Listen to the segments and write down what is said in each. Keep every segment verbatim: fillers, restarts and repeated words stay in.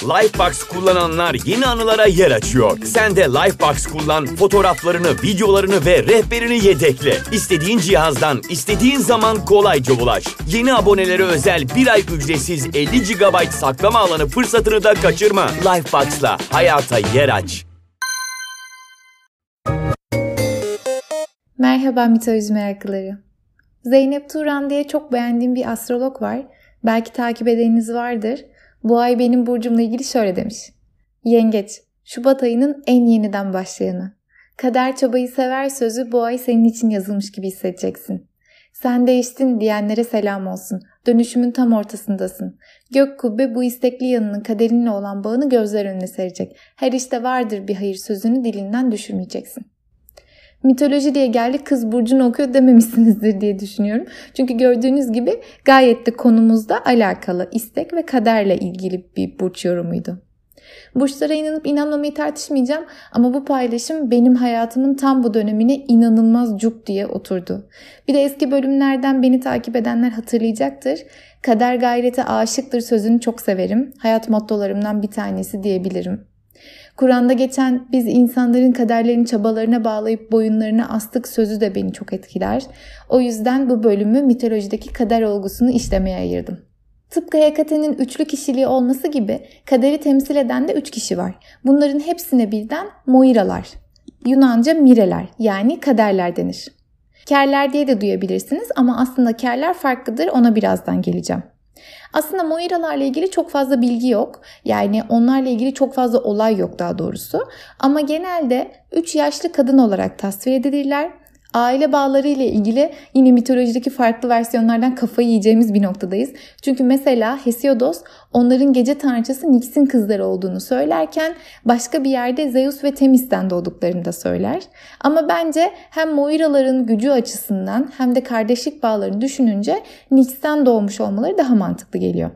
Lifebox kullananlar yeni anılara yer açıyor. Sen de Lifebox kullan, fotoğraflarını, videolarını ve rehberini yedekle. İstediğin cihazdan, istediğin zaman kolayca ulaş. Yeni abonelere özel bir ay ücretsiz elli gigabayt saklama alanı fırsatını da kaçırma. Lifebox'la hayata yer aç. Merhaba mitoloji meraklıları. Zeynep Turan diye çok beğendiğim bir astrolog var. Belki takip edeniniz vardır. Bu ay benim burcumla ilgili şöyle demiş. Yengeç, Şubat ayının en yeniden başlayanı. Kader çabayı sever sözü bu ay senin için yazılmış gibi hissedeceksin. Sen değiştin diyenlere selam olsun. Dönüşümün tam ortasındasın. Gök kubbe bu istekli yanının kaderinle olan bağını gözler önüne serecek. Her işte vardır bir hayır sözünü dilinden düşürmeyeceksin. Mitoloji diye geldik kız burcunu okuyor dememişsinizdir diye düşünüyorum. Çünkü gördüğünüz gibi gayet de konumuzda alakalı, istek ve kaderle ilgili bir burç yorumuydu. Burçlara inanıp inanmamayı tartışmayacağım ama bu paylaşım benim hayatımın tam bu dönemine inanılmaz cuk diye oturdu. Bir de eski bölümlerden beni takip edenler hatırlayacaktır. Kader gayrete aşıktır sözünü çok severim. Hayat mottolarımdan bir tanesi diyebilirim. Kur'an'da geçen biz insanların kaderlerini çabalarına bağlayıp boyunlarına astık sözü de beni çok etkiler. O yüzden bu bölümü mitolojideki kader olgusunu işlemeye ayırdım. Tıpkı Hekate'nin üçlü kişiliği olması gibi kaderi temsil eden de üç kişi var. Bunların hepsine birden Moiralar, Yunanca Mireler yani kaderler denir. Kerler diye de duyabilirsiniz ama aslında kerler farklıdır, ona birazdan geleceğim. Aslında Moiralarla ilgili çok fazla bilgi yok. Yani onlarla ilgili çok fazla olay yok daha doğrusu. Ama genelde üç yaşlı kadın olarak tasvir edilirler. Aile bağları ile ilgili yine mitolojideki farklı versiyonlardan kafayı yiyeceğimiz bir noktadayız. Çünkü mesela Hesiodos onların gece tanrıçası Nyx'in kızları olduğunu söylerken başka bir yerde Zeus ve Themis'ten doğduklarını da söyler. Ama bence hem Moiraların gücü açısından hem de kardeşlik bağlarını düşününce Nyx'ten doğmuş olmaları daha mantıklı geliyor.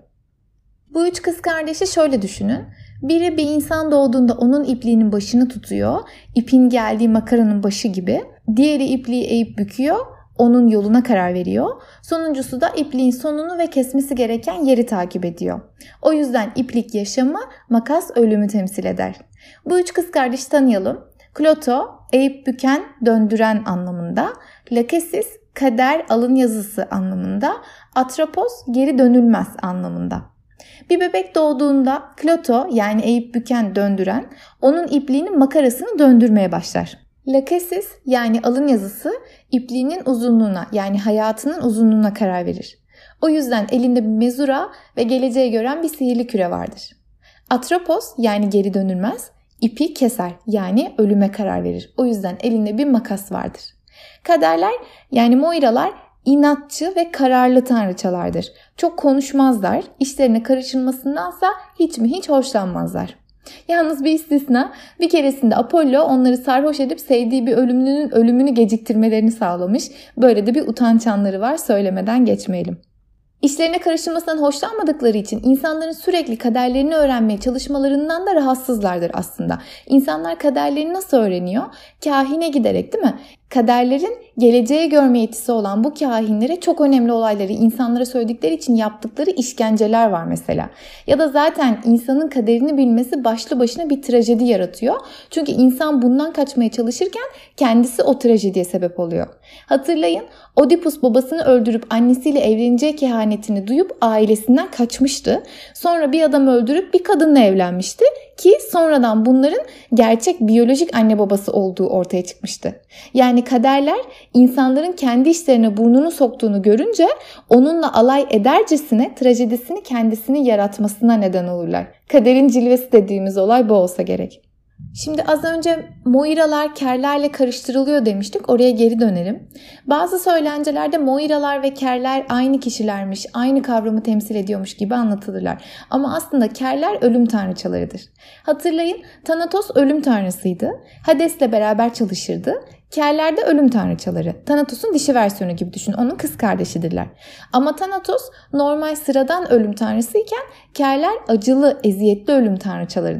Bu üç kız kardeşi şöyle düşünün. Biri bir insan doğduğunda onun ipliğinin başını tutuyor. İpin geldiği makaranın başı gibi. Diğeri ipliği eğip büküyor. Onun yoluna karar veriyor. Sonuncusu da ipliğin sonunu ve kesmesi gereken yeri takip ediyor. O yüzden iplik yaşamı, makas ölümü temsil eder. Bu üç kız kardeşi tanıyalım. Kloto, eğip büken, döndüren anlamında. Lakesis, kader, alın yazısı anlamında. Atropos, geri dönülmez anlamında. Bir bebek doğduğunda Kloto yani eğip büken döndüren onun ipliğinin makarasını döndürmeye başlar. Lakesis yani alın yazısı ipliğinin uzunluğuna yani hayatının uzunluğuna karar verir. O yüzden elinde bir mezura ve geleceği gören bir sihirli küre vardır. Atropos yani geri dönülmez ipi keser yani ölüme karar verir. O yüzden elinde bir makas vardır. Kaderler yani Moiralar İnatçı ve kararlı tanrıçalardır. Çok konuşmazlar, işlerine karışılmasındansa hiç mi hiç hoşlanmazlar. Yalnız bir istisna, bir keresinde Apollo onları sarhoş edip sevdiği bir ölümlünün ölümünü geciktirmelerini sağlamış. Böyle de bir utanç anları var, söylemeden geçmeyelim. İşlerine karışılmasından hoşlanmadıkları için insanların sürekli kaderlerini öğrenmeye çalışmalarından da rahatsızlardır aslında. İnsanlar kaderlerini nasıl öğreniyor? Kahine giderek, değil mi? Kaderlerin geleceği görme yetisi olan bu kahinlere çok önemli olayları insanlara söyledikleri için yaptıkları işkenceler var mesela. Ya da zaten insanın kaderini bilmesi başlı başına bir trajedi yaratıyor. Çünkü insan bundan kaçmaya çalışırken kendisi o trajediye sebep oluyor. Hatırlayın, Oedipus babasını öldürüp annesiyle evleneceği kehanetini duyup ailesinden kaçmıştı. Sonra bir adam öldürüp bir kadınla evlenmişti ki sonradan bunların gerçek biyolojik anne babası olduğu ortaya çıkmıştı. Yani kaderler insanların kendi işlerine burnunu soktuğunu görünce onunla alay edercesine trajedisini kendisini yaratmasına neden olurlar. Kaderin cilvesi dediğimiz olay bu olsa gerek. Şimdi az önce Moiralar kerlerle karıştırılıyor demiştik. Oraya geri dönelim. Bazı söylencelerde Moiralar ve kerler aynı kişilermiş, aynı kavramı temsil ediyormuş gibi anlatılırlar. Ama aslında kerler ölüm tanrıçalarıdır. Hatırlayın, Thanatos ölüm tanrısıydı. Hades'le beraber çalışırdı. Kerler de ölüm tanrıçaları. Thanatos'un dişi versiyonu gibi düşün. Onun kız kardeşidirler. Ama Thanatos normal sıradan ölüm tanrısıyken kerler acılı, eziyetli ölüm tanrıçalarıdır.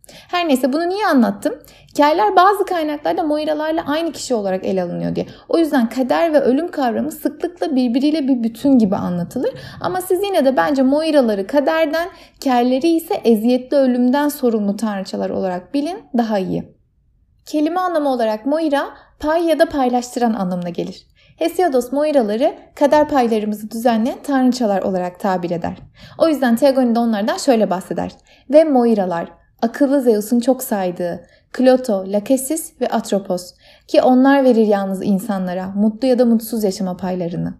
Her neyse, bunu niye anlattım? Hikayeler bazı kaynaklarda Moiralarla aynı kişi olarak ele alınıyor diye. O yüzden kader ve ölüm kavramı sıklıkla birbiriyle bir bütün gibi anlatılır. Ama siz yine de bence Moiraları kaderden, Kerleri ise eziyetli ölümden sorumlu tanrıçalar olarak bilin, daha iyi. Kelime anlamı olarak Moira, pay ya da paylaştıran anlamına gelir. Hesiodos Moiraları kader paylarımızı düzenleyen tanrıçalar olarak tabir eder. O yüzden Theogonide onlardan şöyle bahseder. Ve Moiralar, akıllı Zeus'un çok saydığı Kloto, Lachesis ve Atropos, ki onlar verir yalnız insanlara mutlu ya da mutsuz yaşama paylarını.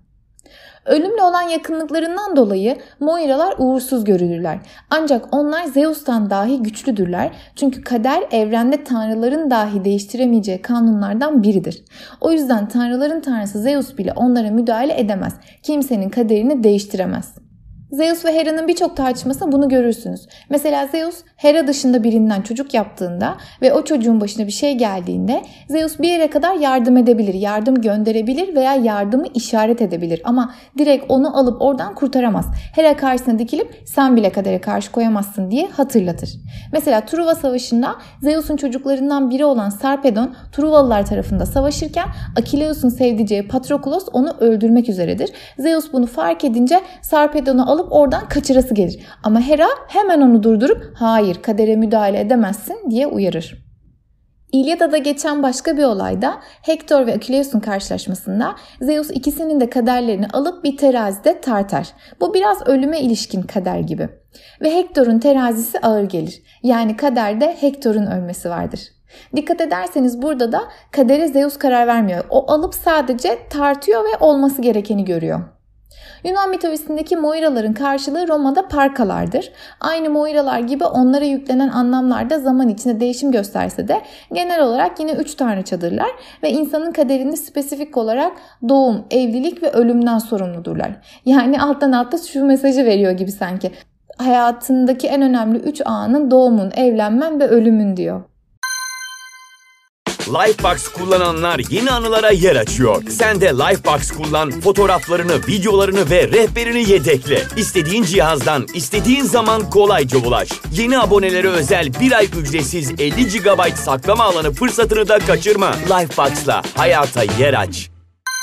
Ölümle olan yakınlıklarından dolayı Moiralar uğursuz görülürler. Ancak onlar Zeus'tan dahi güçlüdürler. Çünkü kader evrende tanrıların dahi değiştiremeyeceği kanunlardan biridir. O yüzden tanrıların tanrısı Zeus bile onlara müdahale edemez. Kimsenin kaderini değiştiremez. Zeus ve Hera'nın birçok tartışmasında bunu görürsünüz. Mesela Zeus Hera dışında birinden çocuk yaptığında ve o çocuğun başına bir şey geldiğinde Zeus bir yere kadar yardım edebilir, yardım gönderebilir veya yardımı işaret edebilir. Ama direkt onu alıp oradan kurtaramaz. Hera karşısına dikilip sen bile kadere karşı koyamazsın diye hatırlatır. Mesela Truva Savaşı'nda Zeus'un çocuklarından biri olan Sarpedon Truvalılar tarafında savaşırken Akileus'un sevdiceği Patroklos onu öldürmek üzeredir. Zeus bunu fark edince Sarpedon'u alıp oradan kaçırası gelir. Ama Hera hemen onu durdurup hayır, kadere müdahale edemezsin diye uyarır. İlyada'da geçen başka bir olayda Hektor ve Akileus'un karşılaşmasında Zeus ikisinin de kaderlerini alıp bir terazide tartar. Bu biraz ölüme ilişkin kader gibi. Ve Hektor'un terazisi ağır gelir. Yani kaderde Hektor'un ölmesi vardır. Dikkat ederseniz burada da kadere Zeus karar vermiyor. O alıp sadece tartıyor ve olması gerekeni görüyor. Yunan mitolojisindeki Moiraların karşılığı Roma'da Parkalardır. Aynı Moiralar gibi onlara yüklenen anlamlarda zaman içinde değişim gösterse de genel olarak yine üç tanrıçadırlar ve insanın kaderini spesifik olarak doğum, evlilik ve ölümden sorumludurlar. Yani alttan alta şu mesajı veriyor gibi sanki. Hayatındaki en önemli üç anın doğumun, evlenmen ve ölümün diyor. Lifebox kullananlar yeni anılara yer açıyor. Sen de Lifebox kullan, fotoğraflarını, videolarını ve rehberini yedekle. İstediğin cihazdan, istediğin zaman kolayca ulaş. Yeni abonelere özel bir ay ücretsiz elli gigabayt saklama alanı fırsatını da kaçırma. Lifebox'la hayata yer aç.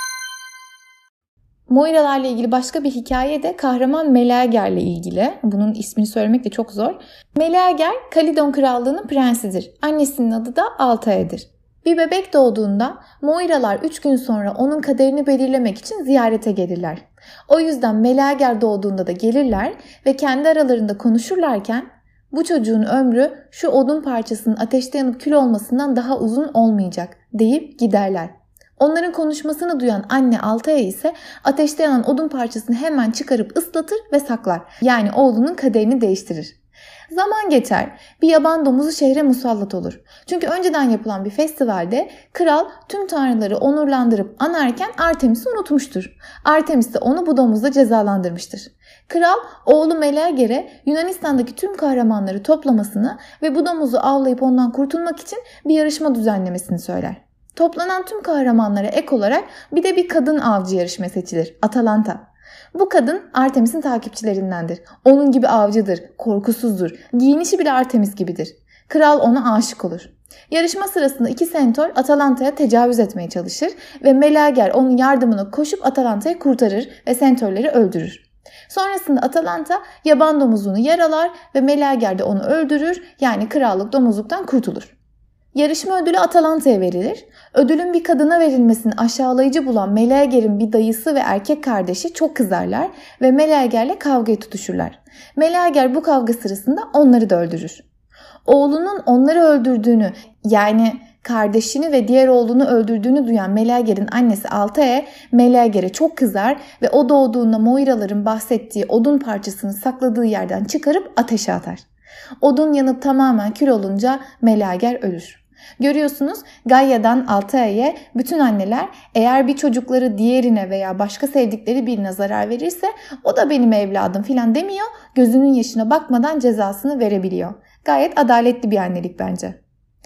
Moiralarla ilgili başka bir hikaye de kahraman Meleager'le ilgili. Bunun ismini söylemek de çok zor. Meleager, Kalidon Krallığı'nın prensidir. Annesinin adı da Altae'dir. Bir bebek doğduğunda Moiralar üç gün sonra onun kaderini belirlemek için ziyarete gelirler. O yüzden Meleager doğduğunda da gelirler ve kendi aralarında konuşurlarken bu çocuğun ömrü şu odun parçasının ateşte yanıp kül olmasından daha uzun olmayacak deyip giderler. Onların konuşmasını duyan anne Altaea ise ateşte yanan odun parçasını hemen çıkarıp ıslatır ve saklar. Yani oğlunun kaderini değiştirir. Zaman geçer, bir yaban domuzu şehre musallat olur. Çünkü önceden yapılan bir festivalde kral tüm tanrıları onurlandırıp anarken Artemis'i unutmuştur. Artemis de onu bu domuzla cezalandırmıştır. Kral oğlu Meleager'e Yunanistan'daki tüm kahramanları toplamasını ve bu domuzu avlayıp ondan kurtulmak için bir yarışma düzenlemesini söyler. Toplanan tüm kahramanlara ek olarak bir de bir kadın avcı yarışma seçilir, Atalanta. Bu kadın Artemis'in takipçilerindendir. Onun gibi avcıdır, korkusuzdur, giyinişi bile Artemis gibidir. Kral ona aşık olur. Yarışma sırasında iki sentor Atalanta'ya tecavüz etmeye çalışır ve Meleager onun yardımına koşup Atalanta'yı kurtarır ve sentorları öldürür. Sonrasında Atalanta yaban domuzunu yaralar ve Meleager de onu öldürür, yani krallık domuzluktan kurtulur. Yarışma ödülü Atalanta'ya verilir. Ödülün bir kadına verilmesini aşağılayıcı bulan Meleager'in bir dayısı ve erkek kardeşi çok kızarlar ve Meleager'le kavgaya tutuşurlar. Meleager bu kavga sırasında onları da öldürür. Oğlunun onları öldürdüğünü, yani kardeşini ve diğer oğlunu öldürdüğünü duyan Meleager'in annesi Altaea, Meleager'e çok kızar ve o doğduğunda Moiraların bahsettiği odun parçasını sakladığı yerden çıkarıp ateşe atar. Odun yanıp tamamen kül olunca Meleager ölür. Görüyorsunuz, Gaia'dan Altaea'ya bütün anneler eğer bir çocukları diğerine veya başka sevdikleri birine zarar verirse o da benim evladım filan demiyor, gözünün yaşına bakmadan cezasını verebiliyor. Gayet adaletli bir annelik bence.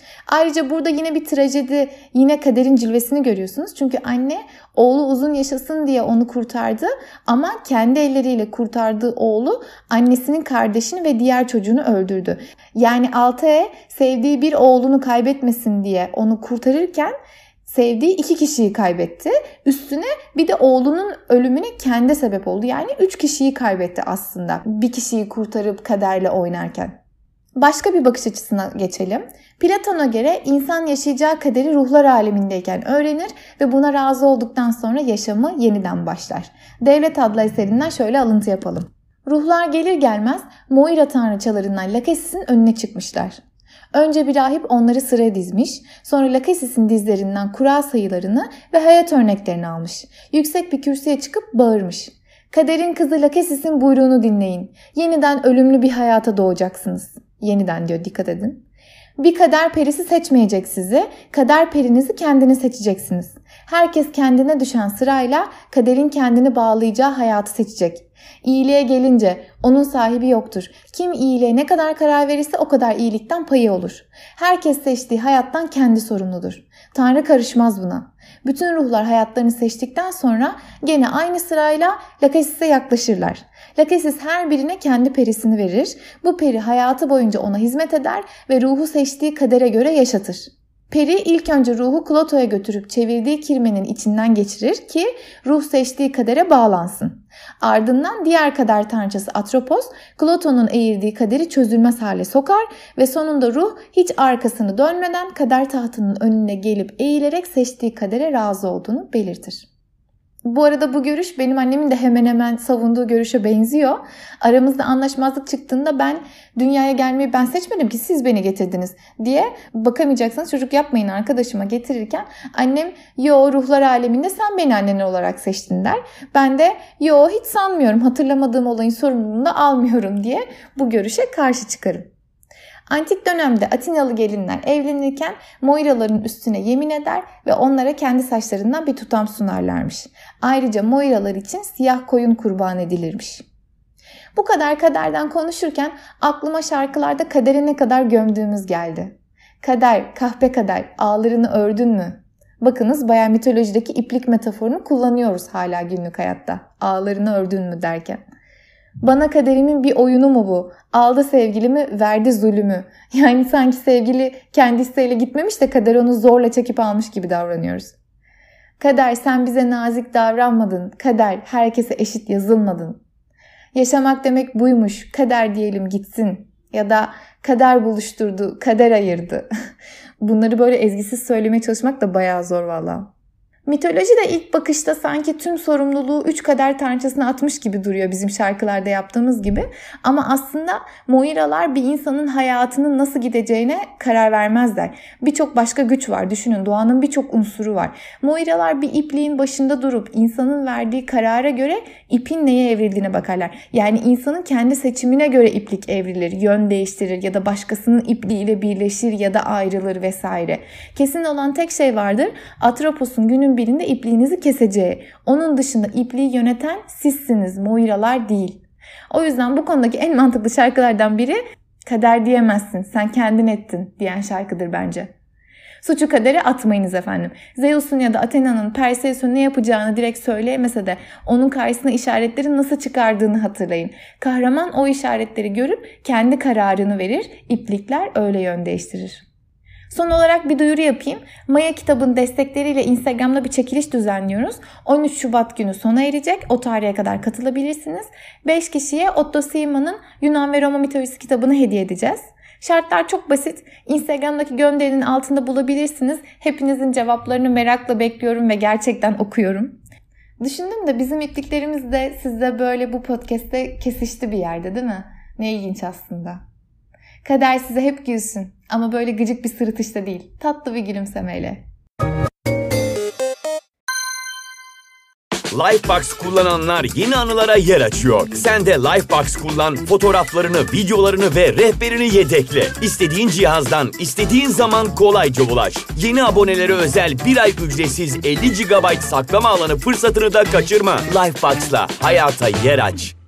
Ayrıca burada yine bir trajedi, yine kaderin cilvesini görüyorsunuz. Çünkü anne oğlu uzun yaşasın diye onu kurtardı ama kendi elleriyle kurtardığı oğlu annesinin kardeşini ve diğer çocuğunu öldürdü. Yani Altair sevdiği bir oğlunu kaybetmesin diye onu kurtarırken sevdiği iki kişiyi kaybetti. Üstüne bir de oğlunun ölümüne kendi sebep oldu. Yani üç kişiyi kaybetti aslında bir kişiyi kurtarıp kaderle oynarken. Başka bir bakış açısına geçelim. Platon'a göre insan yaşayacağı kaderi ruhlar alemindeyken öğrenir ve buna razı olduktan sonra yaşamı yeniden başlar. Devlet adlı eserinden şöyle alıntı yapalım. Ruhlar gelir gelmez Moira tanrıçalarından Lakesis'in önüne çıkmışlar. Önce bir rahip onları sıraya dizmiş, sonra Lakesis'in dizlerinden kura sayılarını ve hayat örneklerini almış. Yüksek bir kürsüye çıkıp bağırmış. Kaderin kızı Lakesis'in buyruğunu dinleyin. Yeniden ölümlü bir hayata doğacaksınız. Yeniden diyor, dikkat edin. Bir kader perisi seçmeyecek sizi, kader perinizi kendini seçeceksiniz. Herkes kendine düşen sırayla kaderin kendini bağlayacağı hayatı seçecek. İyiliğe gelince onun sahibi yoktur. Kim iyiliğe ne kadar karar verirse o kadar iyilikten payı olur. Herkes seçtiği hayattan kendi sorumludur. Tanrı karışmaz buna. Bütün ruhlar hayatlarını seçtikten sonra gene aynı sırayla Lakesis'e yaklaşırlar. Lakesis her birine kendi perisini verir. Bu peri hayatı boyunca ona hizmet eder ve ruhu seçtiği kadere göre yaşatır. Peri ilk önce ruhu Kloto'ya götürüp çevirdiği kirmenin içinden geçirir ki ruh seçtiği kadere bağlansın. Ardından diğer kader tanrıçası Atropos, Kloto'nun eğirdiği kaderi çözülmez hale sokar ve sonunda ruh hiç arkasını dönmeden kader tahtının önüne gelip eğilerek seçtiği kadere razı olduğunu belirtir. Bu arada bu görüş benim annemin de hemen hemen savunduğu görüşe benziyor. Aramızda anlaşmazlık çıktığında ben dünyaya gelmeyi ben seçmedim ki siz beni getirdiniz diye bakamayacaksanız çocuk yapmayın arkadaşıma getirirken annem yo ruhlar aleminde sen beni annen olarak seçtin der. Ben de yo hiç sanmıyorum hatırlamadığım olayın sorumluluğunu da almıyorum diye bu görüşe karşı çıkarım. Antik dönemde Atinalı gelinler evlenirken Moiraların üstüne yemin eder ve onlara kendi saçlarından bir tutam sunarlarmış. Ayrıca Moiralar için siyah koyun kurban edilirmiş. Bu kadar kaderden konuşurken aklıma şarkılarda kaderi ne kadar gömdüğümüz geldi. Kader, kahpe kader, ağlarını ördün mü? Bakınız bayağı mitolojideki iplik metaforunu kullanıyoruz hala günlük hayatta. Ağlarını ördün mü derken. Bana kaderimin bir oyunu mu bu? Aldı sevgilimi, verdi zulümü. Yani sanki sevgili kendi isteğiyle gitmemiş de kader onu zorla çekip almış gibi davranıyoruz. Kader sen bize nazik davranmadın. Kader herkese eşit yazılmadın. Yaşamak demek buymuş. Kader diyelim gitsin. Ya da kader buluşturdu, kader ayırdı. Bunları böyle ezgisiz söylemeye çalışmak da bayağı zor vallahi. Mitoloji de ilk bakışta sanki tüm sorumluluğu üç kader tanrıçasına atmış gibi duruyor bizim şarkılarda yaptığımız gibi. Ama aslında Moiralar bir insanın hayatının nasıl gideceğine karar vermezler. Birçok başka güç var. Düşünün doğanın birçok unsuru var. Moiralar bir ipliğin başında durup insanın verdiği karara göre ipin neye evrildiğine bakarlar. Yani insanın kendi seçimine göre iplik evrilir, yön değiştirir ya da başkasının ipliğiyle birleşir ya da ayrılır vesaire. Kesin olan tek şey vardır. Atropos'un günün birinde ipliğinizi keseceği. Onun dışında ipliği yöneten sizsiniz, Moiralar değil. O yüzden bu konudaki en mantıklı şarkılardan biri kader diyemezsin, sen kendin ettin diyen şarkıdır bence. Suçu kadere atmayınız efendim. Zeus'un ya da Athena'nın Perseus'un ne yapacağını direkt söyleyemese de onun karşısına işaretleri nasıl çıkardığını hatırlayın. Kahraman o işaretleri görüp kendi kararını verir, iplikler öyle yön değiştirir. Son olarak bir duyuru yapayım. Maya kitabın destekleriyle Instagram'da bir çekiliş düzenliyoruz. on üç Şubat günü sona erecek. O tarihe kadar katılabilirsiniz. beş kişiye Otto Sieman'ın Yunan ve Roma mitolojisi kitabını hediye edeceğiz. Şartlar çok basit. Instagram'daki gönderinin altında bulabilirsiniz. Hepinizin cevaplarını merakla bekliyorum ve gerçekten okuyorum. Düşündüm de bizim ipliklerimiz de sizde böyle bu podcast'te kesişti bir yerde değil mi? Ne ilginç aslında. Kader size hep gülsün ama böyle gıcık bir sırıtışta değil, tatlı bir gülümsemeyle. Lifebox kullananlar yeni anılara yer açıyor. Sen de Lifebox kullan, fotoğraflarını, videolarını ve rehberini yedekle. İstediğin cihazdan, istediğin zaman kolayca ulaş. Yeni abonelere özel bir ay ücretsiz elli gigabayt saklama alanı fırsatını da kaçırma. Lifebox'la hayata yer aç.